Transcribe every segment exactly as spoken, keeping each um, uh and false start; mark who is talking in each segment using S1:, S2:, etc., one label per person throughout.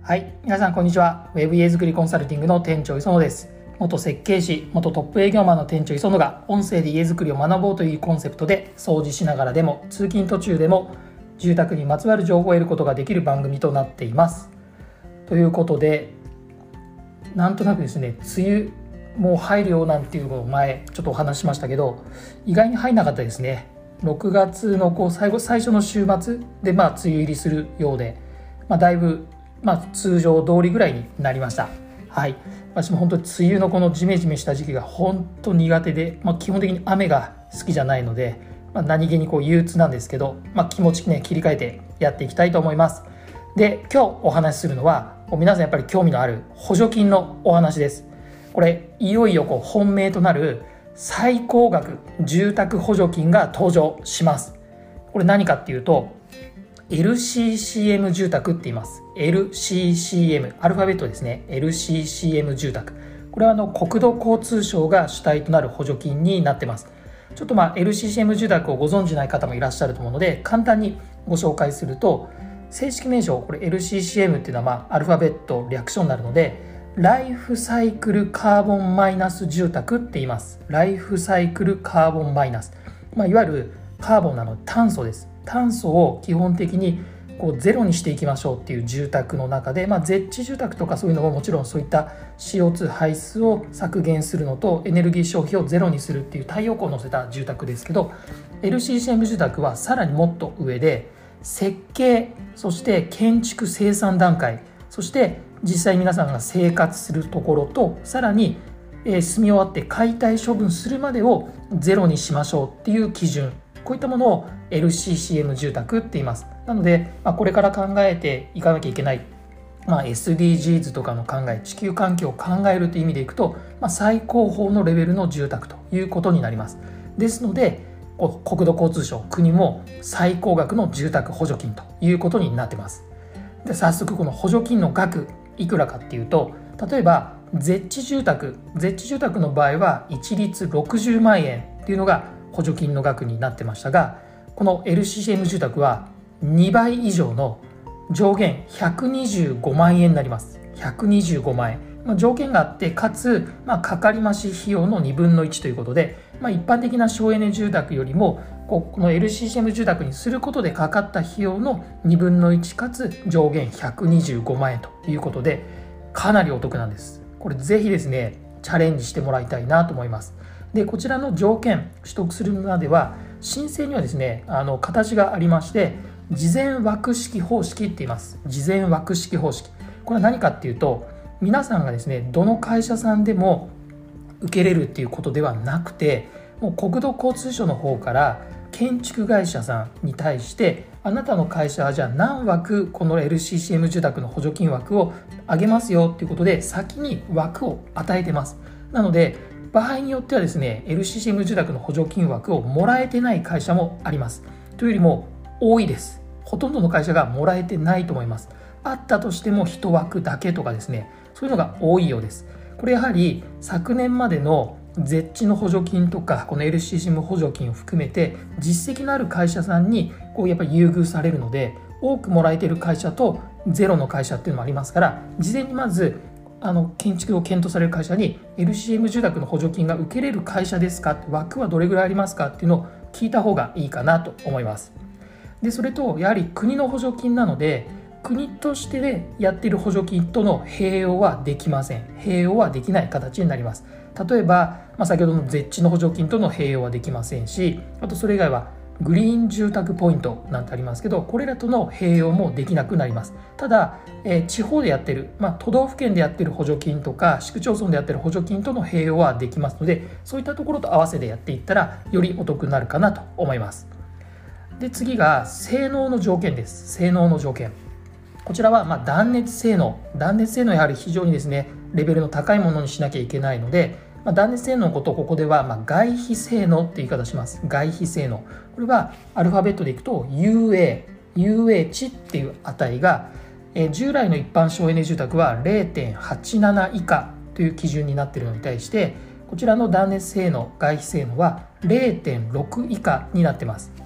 S1: はい、皆さんこんにちは。ウェブ家づくりコンサルティングの店長磯野です。元設計士、元トップ営業マンの店長磯野が音声で家づくりを学ぼうというコンセプトで、掃除しながらでも通勤途中でも住宅にまつわる情報を得ることができる番組となっています。ということで、なんとなくですね、梅雨もう入るよなんていうのを前ちょっとお話ししましたけど、意外に入んなかったですね。ろくがつのこう最後最初の週末でまあ梅雨入りするようで、まあ、だいぶまあ、通常通りぐらいになりました。はい、私も本当に梅雨のこのジメジメした時期が本当苦手で、まあ、基本的に雨が好きじゃないので、まあ、何気にこう憂鬱なんですけど、まあ、気持ちね切り替えてやっていきたいと思います。で、今日お話しするのは皆さんやっぱり興味のある補助金のお話です。これいよいよこう本命となる最高額住宅補助金が登場します。これ何かっていうとエルシーシーエム 住宅って言います。 エルシーシーエム アルファベットですね。 エルシーシーエム 住宅、これはあの国土交通省が主体となる補助金になってます。ちょっとまあ エルシーシーエム 住宅をご存じない方もいらっしゃると思うので、簡単にご紹介すると、正式名称これ エルシーシーエム っていうのはまあアルファベット略称になるので、ライフサイクルカーボンマイナス住宅って言います。ライフサイクルカーボンマイナス、まあ、いわゆるカーボンなので炭素です。炭素を基本的にこうゼロにしていきましょうっていう住宅の中で、まあ、ゼッチ住宅とかそういうのももちろんそういった シーオーツー 排出を削減するのとエネルギー消費をゼロにするっていう太陽光を乗せた住宅ですけど、 エルシーシーエム 住宅はさらにもっと上で、設計、そして建築生産段階、そして実際皆さんが生活するところと、さらに住み終わって解体処分するまでをゼロにしましょうっていう基準、こういったものを エルシーシーエム 住宅って言います。なので、まあ、これから考えていかなきゃいけない、まあ、エスディージーズ とかの考え、地球環境を考えるという意味でいくと、まあ、最高峰のレベルの住宅ということになります。ですので国土交通省、国も最高額の住宅補助金ということになっています。で、早速この補助金の額いくらかっていうと、例えばゼッチ住宅ゼッチ住宅の場合は一律ろくじゅうまんえんっていうのが補助金の額になってましたが、この エルシーシーエム 住宅はにばい以上の上限ひゃくにじゅうごまんえんになります。ひゃくにじゅうごまんえん、まあ、条件があって、かつ、まあ、かかり増し費用のにぶんのいちということで、まあ、一般的な省エネ住宅よりもこの エルシーシーエム 住宅にすることでかかった費用のにぶんのいちかつ上限ひゃくにじゅうごまんえんということで、かなりお得なんです。これぜひですねチャレンジしてもらいたいなと思います。で、こちらの条件取得するまでは申請にはですねあの形がありまして、事前枠式方式って言います。事前枠式方式、これは何かっていうと、皆さんがですねどの会社さんでも受けれるっていうことではなくて、もう国土交通省の方から建築会社さんに対して、あなたの会社はじゃあ何枠この エルシーシーエム 住宅の補助金枠を上げますよっていうことで、先に枠を与えてます。なので場合によってはですね エルシーシーエム 住宅の補助金枠をもらえてない会社もあります。というよりも多いです。ほとんどの会社がもらえてないと思います。あったとしてもいち枠だけとかですね、そういうのが多いようです。これやはり昨年までのゼッチの補助金とかこの エルシーシーエム 補助金を含めて実績のある会社さんにこうやっぱり優遇されるので、多くもらえている会社とゼロの会社っていうのもありますから、事前にまずあの建築を検討される会社に エルシーエム 住宅の補助金が受けれる会社ですか、枠はどれぐらいありますかっていうのを聞いた方がいいかなと思います。で、それとやはり国の補助金なので、国としてでやっている補助金との併用はできません。併用はできない形になります。例えば、まあ、先ほどのゼッチの補助金との併用はできませんし、あとそれ以外はグリーン住宅ポイントなんてありますけど、これらとの併用もできなくなります。ただ、えー、地方でやってる、まあ、都道府県でやってる補助金とか市区町村でやってる補助金との併用はできますので、そういったところと合わせてやっていったらよりお得になるかなと思います。で、次が性能の条件です。性能の条件、こちらはまあ断熱性能断熱性能やはり非常にですねレベルの高いものにしなきゃいけないので、まあ、断熱性能のことをここではまあ外皮性能って言い方します。外皮性能、これはアルファベットでいくと ユーエー ユーエー 値っていう値が、えー、従来の一般省エネ住宅は れいてんはちなな 以下という基準になっているのに対して、こちらの断熱性能外皮性能は れいてんろく 以下になってます。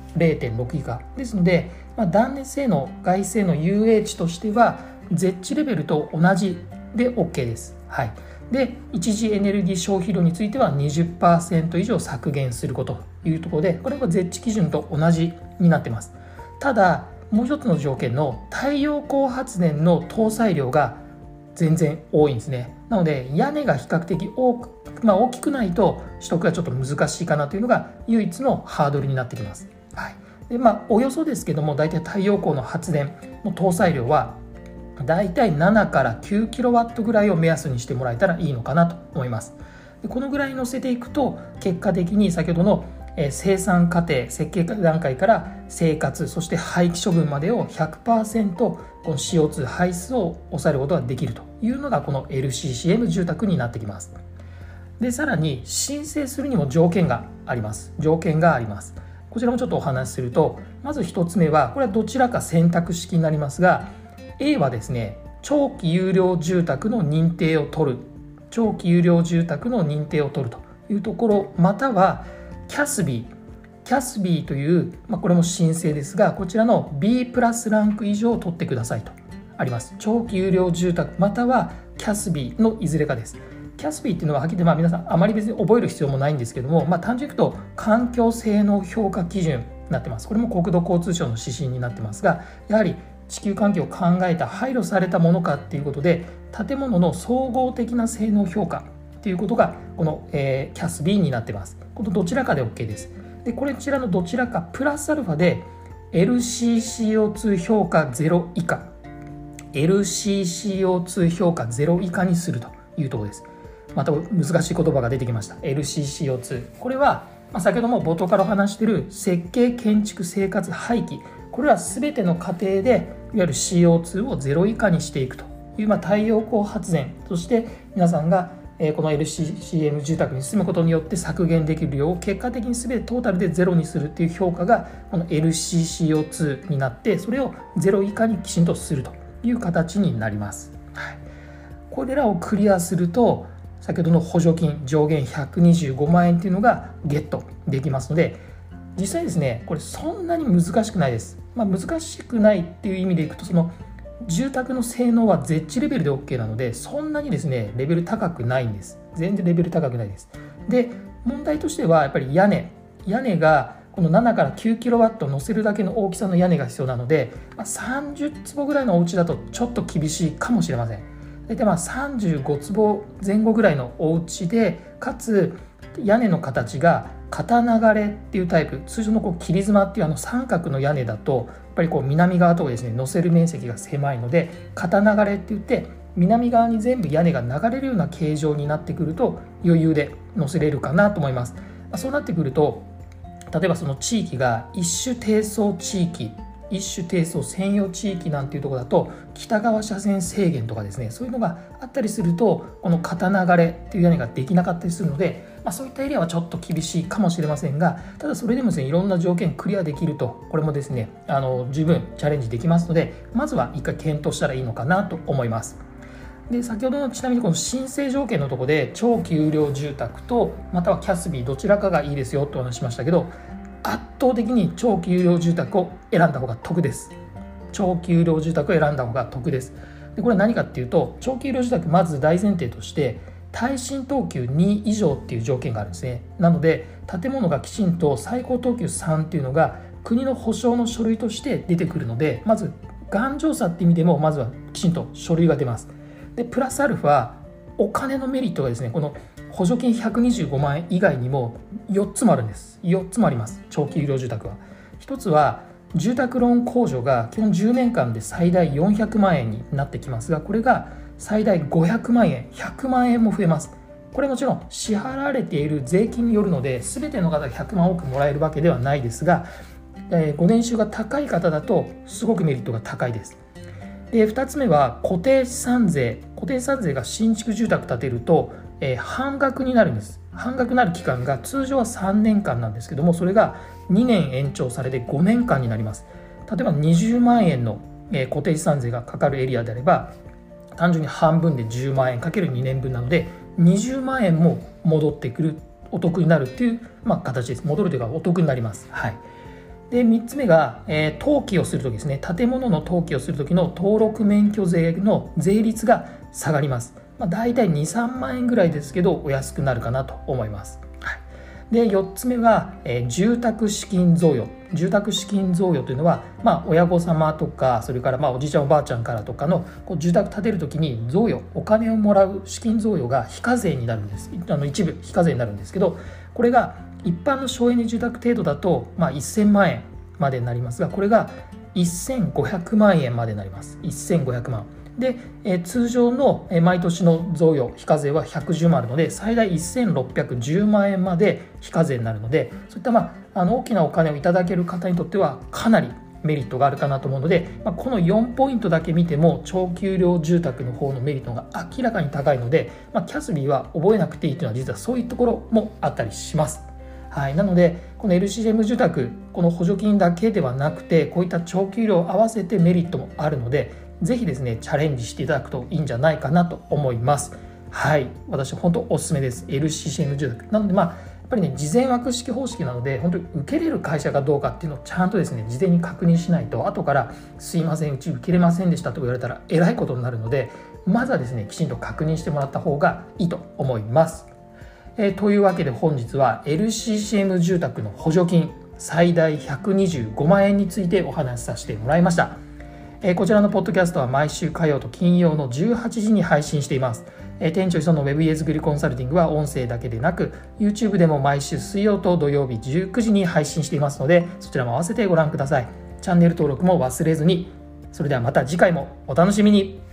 S1: れいてんろく 以下ですので、まあ、断熱性能外性の ユーエー 値としてはゼッチレベルと同じで OK です。はい、で一次エネルギー消費量については にじゅっパーセント 以上削減することというところで、これはゼッチ基準と同じになっています。ただもう一つの条件の太陽光発電の搭載量が全然多いんですね。なので屋根が比較的多く、まあ、大きくないと取得がちょっと難しいかなというのが唯一のハードルになってきます。はい、でまあおよそですけども、大体太陽光の発電の搭載量はだいたいななからきゅうキロワットぐらいを目安にしてもらえたらいいのかなと思います。でこのぐらい乗せていくと結果的に先ほどの生産過程設計段階から生活そして廃棄処分までを ひゃくパーセント この シーオーツー 排出を抑えることができるというのがこの エルシーシーエム 住宅になってきます。でさらに申請するにも条件があります条件がありますこちらもちょっとお話しすると、まずひとつめはこれはどちらか選択式になりますが、 A はですね長期有料住宅の認定を取る長期有料住宅の認定を取るというところ、またはキャスビー、キャスビーという、まあ、これも申請ですが、こちらの B プラスランク以上を取ってくださいとあります。長期有料住宅またはキャスビーのいずれかです。キャスビーっていうのははっきり言って、まあ皆さんあまり別に覚える必要もないんですけども、まあ、単純に言うと環境性能評価基準になってます。これも国土交通省の指針になってますが、やはり地球環境を考えた配慮されたものかっていうことで、建物の総合的な性能評価ということがこの、えー、キャスビーになってます。このどちらかで OK です。でこれこちらのどちらかプラスアルファで エルシーシーオーツー 評価ゼロ以下 エルシーシーオーツー 評価ゼロ以下にするというところです。また難しい言葉が出てきました。 エルシーシーオーツー これは、まあ、先ほども冒頭からお話している設計建築生活排気、これは全ての過程でいわゆる シーオーツー をゼロ以下にしていくという、まあ、太陽光発電そして皆さんがこの エルシーシーエム 住宅に住むことによって削減できる量を結果的に全てトータルでゼロにするという評価がこの エルシーシーオーツー になって、それをゼロ以下にきちんとするという形になります。はい、これらをクリアすると先ほどの補助金上限ひゃくにじゅうごまんえんというのがゲットできますので、実際ですねこれそんなに難しくないです。まあ、難しくないっていう意味でいくと、その住宅の性能はゼッチレベルで OK なので、そんなにですねレベル高くないんです。全然レベル高くないです。で問題としてはやっぱり屋根屋根がこのななからきゅうキロワット乗せるだけの大きさの屋根が必要なので、まあ、さんじゅっつぼぐらいのお家だとちょっと厳しいかもしれません。大体まあさんじゅうごつぼぜん後ぐらいのお家で、かつ屋根の形が片流れっていうタイプ、通常のこう切り妻っていうあの三角の屋根だとやっぱりこう南側とかですね乗せる面積が狭いので、片流れって言って南側に全部屋根が流れるような形状になってくると余裕で乗せれるかなと思います。そうなってくると、例えばその地域が一種低層地域一種低層専用地域なんていうところだと北側車線制限とかですね、そういうのがあったりするとこの片流れっていう屋根ができなかったりするので、まあ、そういったエリアはちょっと厳しいかもしれませんが、ただそれでもですねいろんな条件クリアできると、これもですねあの十分チャレンジできますので、まずは一回検討したらいいのかなと思います。で先ほどのちなみにこの申請条件のところで長期有料住宅とまたはキャスビーどちらかがいいですよとお話しましたけど、圧倒的に長期有料住宅を選んだ方が得です。長期有料住宅を選んだ方が得です。でこれは何かっていうと、長期有料住宅まず大前提として耐震等級に以上っていう条件があるんですね。なので建物がきちんと最高等級さんっていうのが国の保証の書類として出てくるので、まず頑丈さって意味でもまずはきちんと書類が出ます。でプラスアルファお金のメリットがですね、この補助金ひゃくにじゅうごまんえん以外にもよっつもあるんです。よっつもあります。長期有料住宅は。ひとつは住宅ローン控除が基本じゅうねんかんで最大よんひゃくまんえんになってきますが、これが最大ごひゃくまんえん、ひゃくまんえんも増えます。これもちろん支払われている税金によるので、全ての方がひゃくまん多くもらえるわけではないですが、ご年収が高い方だとすごくメリットが高いです。でふたつめは固定資産税。固定資産税が新築住宅建てると、えー、半額になるんです。半額になる期間が通常はさんねんかんなんですけども、それがにねん延長されてごねんかんになります。例えばにじゅうまんえんの、えー、固定資産税がかかるエリアであれば、単純に半分でじゅうまんえんかけるにねんぶんなのでにじゅうまんえんも戻ってくる、お得になるっていう、まあ、形です。戻るというかお得になります。はい。 でみっつめが、えー、登記をするときですね。建物の登記をするときの登録免許税の税率が下がります。まあ、大体に、さんまんえんぐらいですけどお安くなるかなと思います。はい、でよっつめは、えー、住宅資金贈与。住宅資金贈与というのは、まあ、親御様とかそれからまあおじいちゃんおばあちゃんからとかのこう住宅建てるときに贈与、お金をもらう資金贈与が非課税になるんです。あの一部非課税になるんですけど、これが一般の省エネ住宅程度だと、まあ、せんまんえんまでになりますが、これがせんごひゃくまんえんまでになります。せんごひゃくまんで、えー、通常の、えー、毎年の贈与非課税はひゃくじゅうまんあるので、最大せんろっぴゃくじゅうまんえんまで非課税になるので、そういった、まあ、あの大きなお金をいただける方にとってはかなりメリットがあるかなと思うので、まあ、このよんポイントだけ見ても長給料住宅の方のメリットが明らかに高いので、まあ、キャスビーは覚えなくていいというのは実はそういうところもあったりします。はい、なのでこの エルシーシーエム 住宅、この補助金だけではなくてこういった長給料を合わせてメリットもあるので、ぜひですねチャレンジしていただくといいんじゃないかなと思います。はい、私本当おすすめです。 エルシーシーエム 住宅なので、まあやっぱりね事前枠式方式なので、本当に受けれる会社かどうかっていうのをちゃんとですね事前に確認しないと、後からすいませんうち受けれませんでしたと言われたらえらいことになるので、まずはですねきちんと確認してもらった方がいいと思います。えー、というわけで本日は エルシーシーエム 住宅の補助金最大ひゃくにじゅうごまんえんについてお話しさせてもらいました。えー、こちらのポッドキャストは毎週火曜と金曜のじゅうはちじに配信しています。えー、店長磯のウェブ家づくりコンサルティングは音声だけでなく YouTube でも毎週水曜と土曜日じゅうくじに配信していますので、そちらも合わせてご覧ください。チャンネル登録も忘れずに。それではまた次回もお楽しみに。